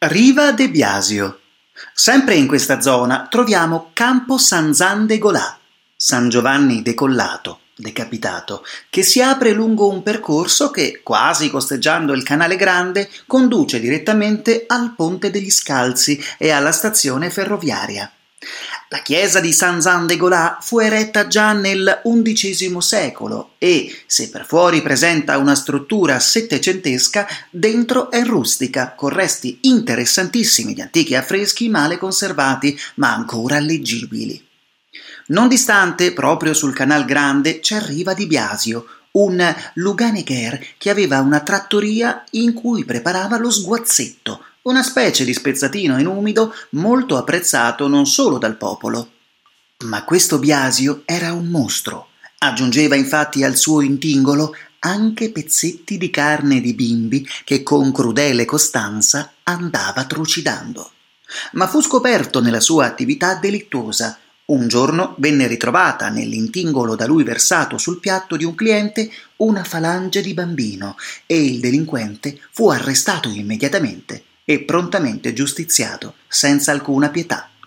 Riva de Biasio. Sempre in questa zona troviamo Campo San Zan de Golà, San Giovanni decollato, decapitato, che si apre lungo un percorso che, quasi costeggiando il Canale Grande, conduce direttamente al Ponte degli Scalzi e alla stazione ferroviaria. La chiesa di San Zan de Golà fu eretta già nel XI secolo e, se per fuori presenta una struttura settecentesca, dentro è rustica, con resti interessantissimi di antichi affreschi male conservati, ma ancora leggibili. Non distante, proprio sul Canal Grande, c'è Riva di Biasio, un luganeguer che aveva una trattoria in cui preparava lo sguazzetto, una specie di spezzatino in umido molto apprezzato non solo dal popolo. Ma questo Biasio era un mostro. Aggiungeva infatti al suo intingolo anche pezzetti di carne di bimbi che con crudele costanza andava trucidando. Ma fu scoperto nella sua attività delittuosa. Un giorno venne ritrovata nell'intingolo da lui versato sul piatto di un cliente una falange di bambino e il delinquente fu arrestato immediatamente e prontamente giustiziato senza alcuna pietà.